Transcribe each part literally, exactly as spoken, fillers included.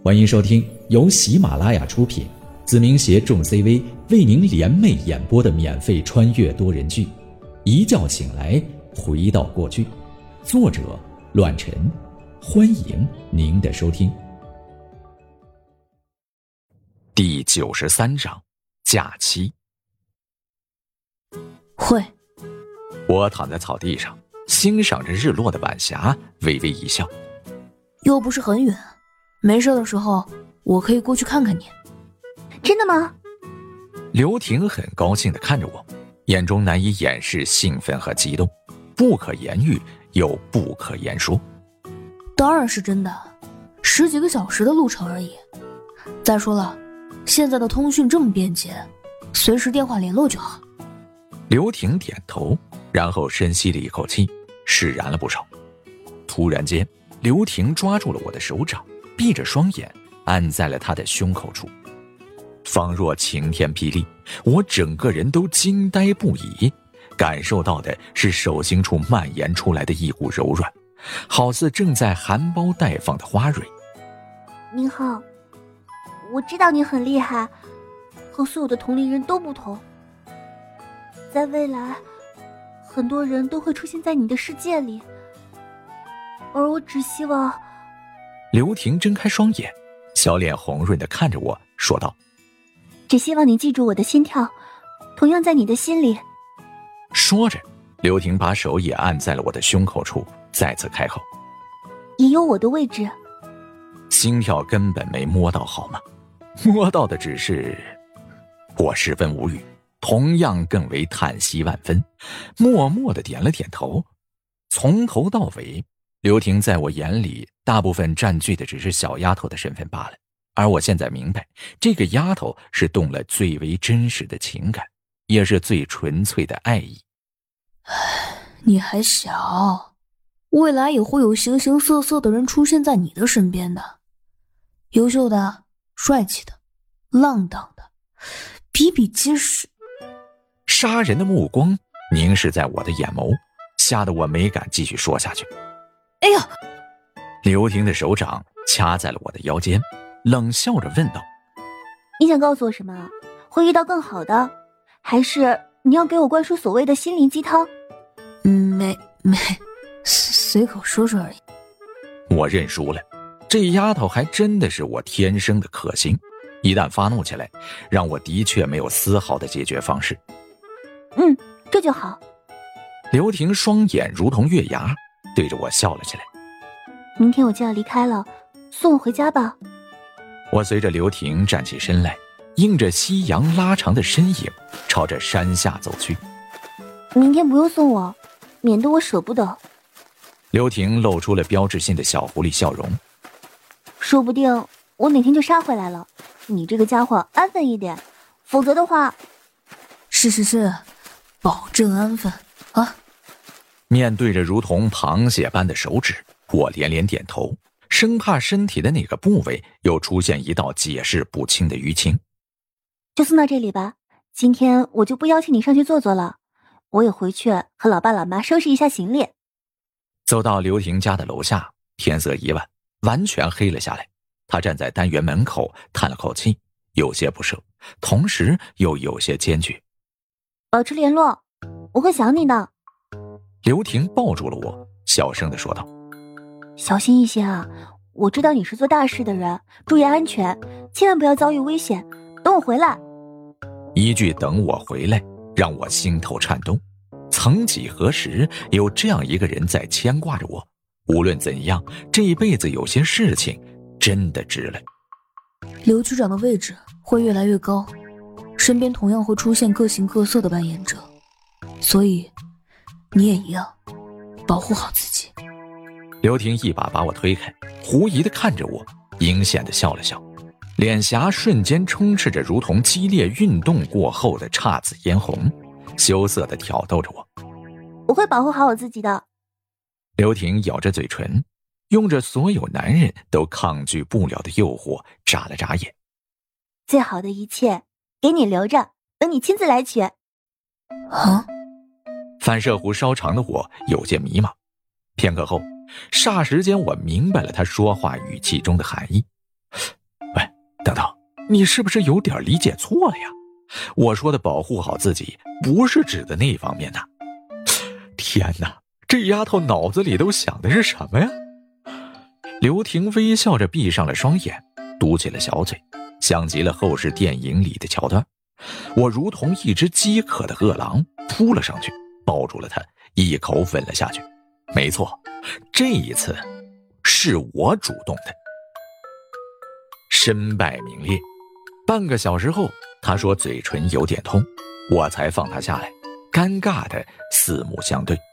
欢迎收听由喜马拉雅出品，子明携众 C V 为您联袂演播的免费穿越多人剧《一觉醒来回到过去》，作者乱臣。欢迎您的收听。 第九十三章，假期。 会。 我躺在草地上，欣赏着日落的晚霞，微微一笑。 又不是很远，没事的时候我可以过去看看你。 真的吗？ 刘婷很高兴地看着我，眼中难以掩饰兴奋和激动，不可言喻又不可言说。 当然是真的，十几个小时的路程而已。再说了，现在的通讯这么便捷，随时电话联络就好。 刘婷点头，然后深吸了一口气，释然了不少。突然间，刘婷抓住了我的手掌，闭着双眼按在了他的胸口处，仿若晴天霹雳，我整个人都惊呆不已，感受到的是手心处蔓延出来的一股柔软，好似正在含苞待放的花蕊。 您好，我知道你很厉害，和所有的同龄人都不同，在未来很多人都会出现在你的世界里，而我只希望…… 刘婷睁开双眼，小脸红润地看着我说道， 只希望你记住我的心跳，同样在你的心里。 说着，刘婷把手也按在了我的胸口处，再次开口， 也有我的位置。 心跳根本没摸到好吗？摸到的只是……我十分无语，同样更为叹息万分，默默地点了点头。从头到尾，刘婷在我眼里大部分占据的只是小丫头的身份罢了，而我现在明白，这个丫头是动了最为真实的情感，也是最纯粹的爱意。 你还小，未来也会有形形色色的人出现在你的身边的，优秀的、帅气的、浪荡的，比比皆是。 杀人的目光凝视在我的眼眸，吓得我没敢继续说下去。 哎呀！ 刘婷的手掌掐在了我的腰间，冷笑着问道， 你想告诉我什么？会遇到更好的，还是你要给我灌输所谓的心灵鸡汤？ 嗯，没没，随口说说而已。 我认输了，这丫头还真的是我天生的克星，一旦发怒起来，让我的确没有丝毫的解决方式。 嗯，这就好。 刘婷双眼如同月牙，对着我笑了起来。 明天我就要离开了，送我回家吧。 我随着刘婷站起身来，映着夕阳拉长的身影，朝着山下走去。 明天不用送我，免得我舍不得。 刘婷露出了标志性的小狐狸笑容。 说不定我哪天就杀回来了，你这个家伙安分一点，否则的话…… 是是是，保证安分啊。 面对着如同螃蟹般的手指，我连连点头，生怕身体的哪个部位又出现一道解释不清的淤青。 就送到这里吧，今天我就不邀请你上去坐坐了，我也回去和老爸老妈收拾一下行李。 走到刘婷家的楼下，天色已晚，完全黑了下来。她站在单元门口，叹了口气，有些不舍，同时又有些坚决。 保持联络，我会想你的。 刘婷抱住了我，小声地说道， 小心一些啊，我知道你是做大事的人，注意安全，千万不要遭遇危险，等我回来。 一句等我回来让我心头颤动，曾几何时有这样一个人在牵挂着我，无论怎样，这一辈子有些事情真的值了。 刘局长的位置会越来越高，身边同样会出现各形各色的扮演者，所以你也一样，保护好自己。 刘婷一把把我推开，狐疑地看着我，阴险地笑了笑，脸颊瞬间充斥着如同激烈运动过后的姹紫嫣红，羞涩地挑逗着我。 我会保护好我自己的。 刘婷咬着嘴唇，用着所有男人都抗拒不了的诱惑，眨了眨眼。 最好的一切给你留着，等你亲自来取。 啊！ 反射弧稍长的我有些迷茫，片刻后，霎时间我明白了他说话语气中的含义。 喂，等等，你是不是有点理解错了呀？我说的保护好自己，不是指的那方面的。天哪，这丫头脑子里都想的是什么呀？刘婷微笑着闭上了双眼，嘟起了小嘴，像极了后世电影里的桥段。我如同一只饥渴的饿狼，扑了上去，抱住了她，一口吻了下去。没错，这一次是我主动的。身败名裂。半个小时后，他说嘴唇有点痛，我才放他下来，尴尬的四目相对。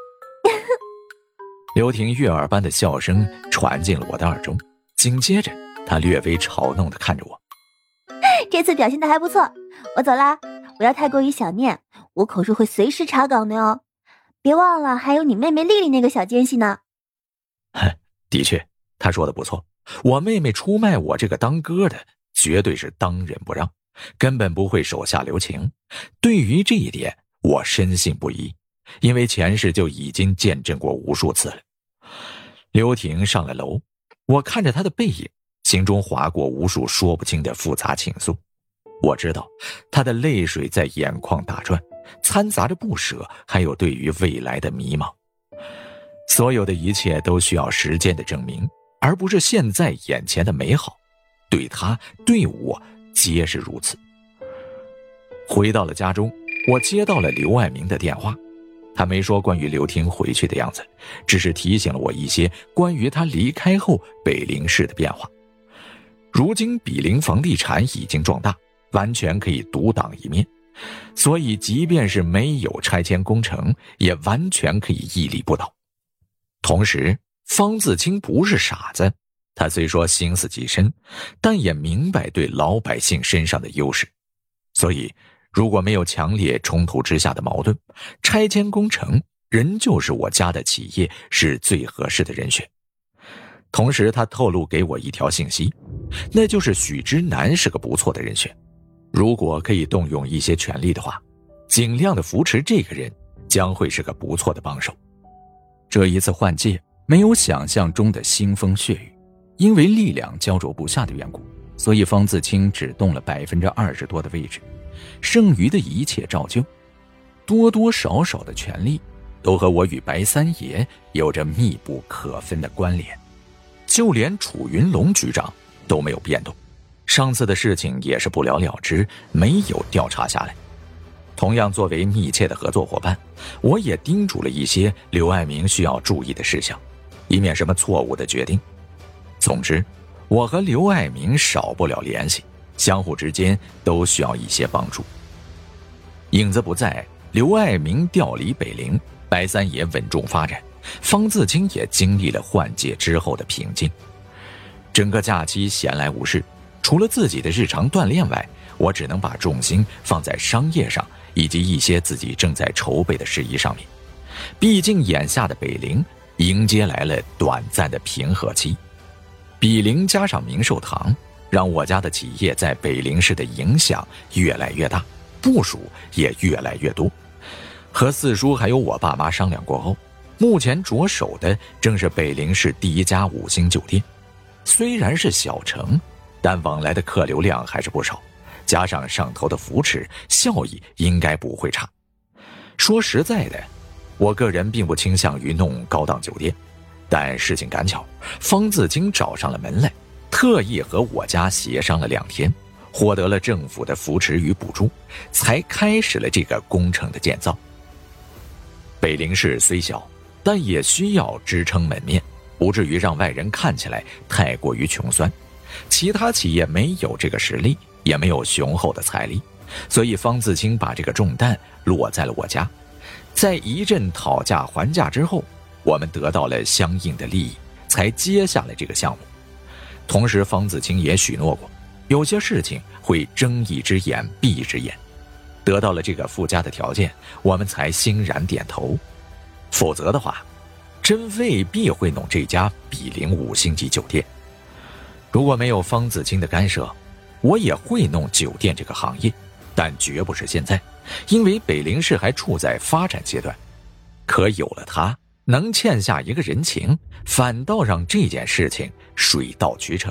刘婷悦耳般的笑声传进了我的耳中，紧接着她略微嘲弄地看着我。 这次表现得还不错，我走啦，不要太过于小念，我可是会随时查岗的哟。别忘了还有你妹妹丽丽那个小奸细呢。 的确，她说的不错，我妹妹出卖我这个当哥的绝对是当仁不让，根本不会手下留情。对于这一点我深信不疑，因为前世就已经见证过无数次了。刘婷上了楼，我看着她的背影，心中划过无数说不清的复杂情愫。我知道她的泪水在眼眶打转，掺杂着不舍，还有对于未来的迷茫。所有的一切都需要时间的证明，而不是现在眼前的美好。对她对我皆是如此。回到了家中，我接到了刘爱民的电话。他没说关于刘婷回去的样子，只是提醒了我一些关于他离开后北陵市的变化。如今比邻房地产已经壮大，完全可以独当一面，所以即便是没有拆迁工程，也完全可以屹立不倒。同时，方自清不是傻子，他虽说心思极深，但也明白对老百姓身上的优势。所以如果没有强烈冲突之下的矛盾，拆迁工程仍旧是我家的企业是最合适的人选。同时他透露给我一条信息，那就是许之南是个不错的人选。如果可以动用一些权力的话，尽量的扶持这个人，将会是个不错的帮手。这一次换届没有想象中的腥风血雨，因为力量焦灼不下的缘故，所以方自清只动了百分之二十多的位置，剩余的一切照旧。多多少少的权力都和我与白三爷有着密不可分的关联，就连楚云龙局长都没有变动，上次的事情也是不了了之，没有调查下来。同样作为密切的合作伙伴，我也叮嘱了一些刘爱民需要注意的事项，以免什么错误的决定。总之，我和刘爱民少不了联系，相互之间都需要一些帮助。影子不在，刘爱民调离北陵，白三爷稳重发展，方自清也经历了换届之后的平静。整个假期闲来无事，除了自己的日常锻炼外，我只能把重心放在商业上，以及一些自己正在筹备的事宜上面。毕竟眼下的北陵迎接来了短暂的平和期，比邻加上明寿堂，让我家的企业在北陵市的影响越来越大，部署也越来越多。和四叔还有我爸妈商量过后，目前着手的正是北陵市第一家五星酒店。虽然是小城，但往来的客流量还是不少，加上上头的扶持，效益应该不会差。说实在的，我个人并不倾向于弄高档酒店，但事情赶巧，方自清找上了门来，特意和我家协商了两天，获得了政府的扶持与补助，才开始了这个工程的建造。北陵市虽小，但也需要支撑门面，不至于让外人看起来太过于穷酸。其他企业没有这个实力，也没有雄厚的财力，所以方自清把这个重担落在了我家。在一阵讨价还价之后，我们得到了相应的利益，才接下了这个项目。同时方自清也许诺过，有些事情会睁一只眼闭一只眼。得到了这个附加的条件，我们才欣然点头。否则的话，真未必会弄这家比邻五星级酒店。如果没有方自清的干涉，我也会弄酒店这个行业，但绝不是现在，因为北陵市还处在发展阶段。可有了它，能欠下一个人情，反倒让这件事情水到渠成，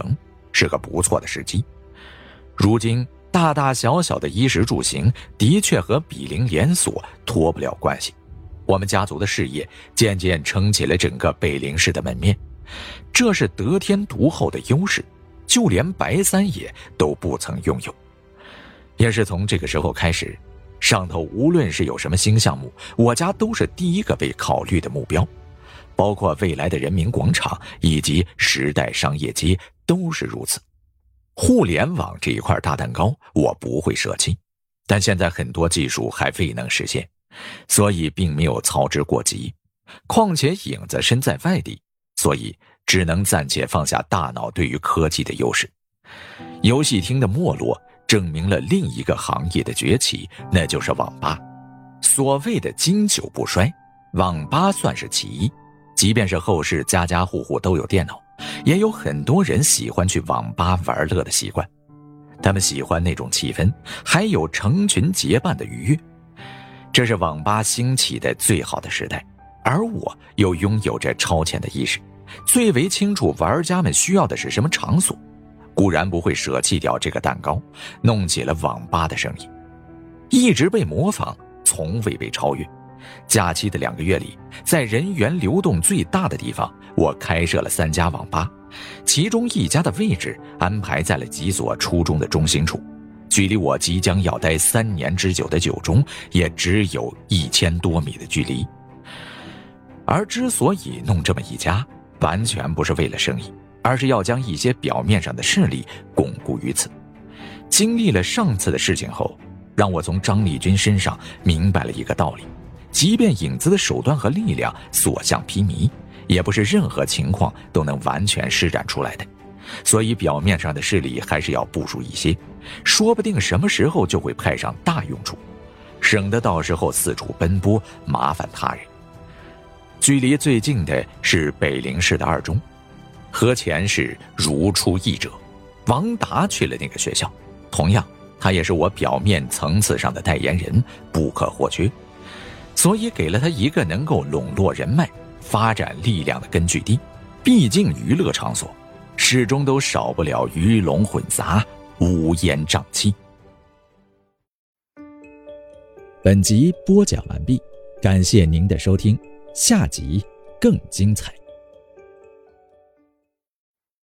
是个不错的时机。如今大大小小的衣食住行的确和比邻连锁脱不了关系，我们家族的事业渐渐撑起了整个北陵市的门面，这是得天独厚的优势，就连白三爷都不曾拥有。也是从这个时候开始，上头无论是有什么新项目，我家都是第一个被考虑的目标，包括未来的人民广场以及时代商业街都是如此。互联网这一块大蛋糕我不会舍弃，但现在很多技术还未能实现，所以并没有操之过急。况且影子身在外地，所以只能暂且放下大脑对于科技的优势。游戏厅的没落证明了另一个行业的崛起，那就是网吧。所谓的经久不衰，网吧算是其一。即便是后世家家户户都有电脑，也有很多人喜欢去网吧玩乐的习惯。他们喜欢那种气氛，还有成群结伴的愉悦。这是网吧兴起的最好的时代，而我又拥有着超前的意识，最为清楚玩家们需要的是什么场所，固然不会舍弃掉这个蛋糕，弄起了网吧的生意，一直被模仿，从未被超越。假期的两个月里，在人员流动最大的地方，我开设了三家网吧，其中一家的位置安排在了几所初中的中心处，距离我即将要待三年之久的九中也只有一千多米的距离。而之所以弄这么一家，完全不是为了生意，而是要将一些表面上的势力巩固于此。经历了上次的事情后，让我从张立军身上明白了一个道理，即便影子的手段和力量所向披靡，也不是任何情况都能完全施展出来的，所以表面上的势力还是要部署一些，说不定什么时候就会派上大用处，省得到时候四处奔波麻烦他人。距离最近的是北陵市的二中，和前是如出一辙，王达去了那个学校，同样他也是我表面层次上的代言人，不可或缺，所以给了他一个能够笼络人脉、发展力量的根据地。毕竟娱乐场所始终都少不了鱼龙混杂、乌烟瘴气。 本集播讲完毕，感谢您的收听，下集更精彩。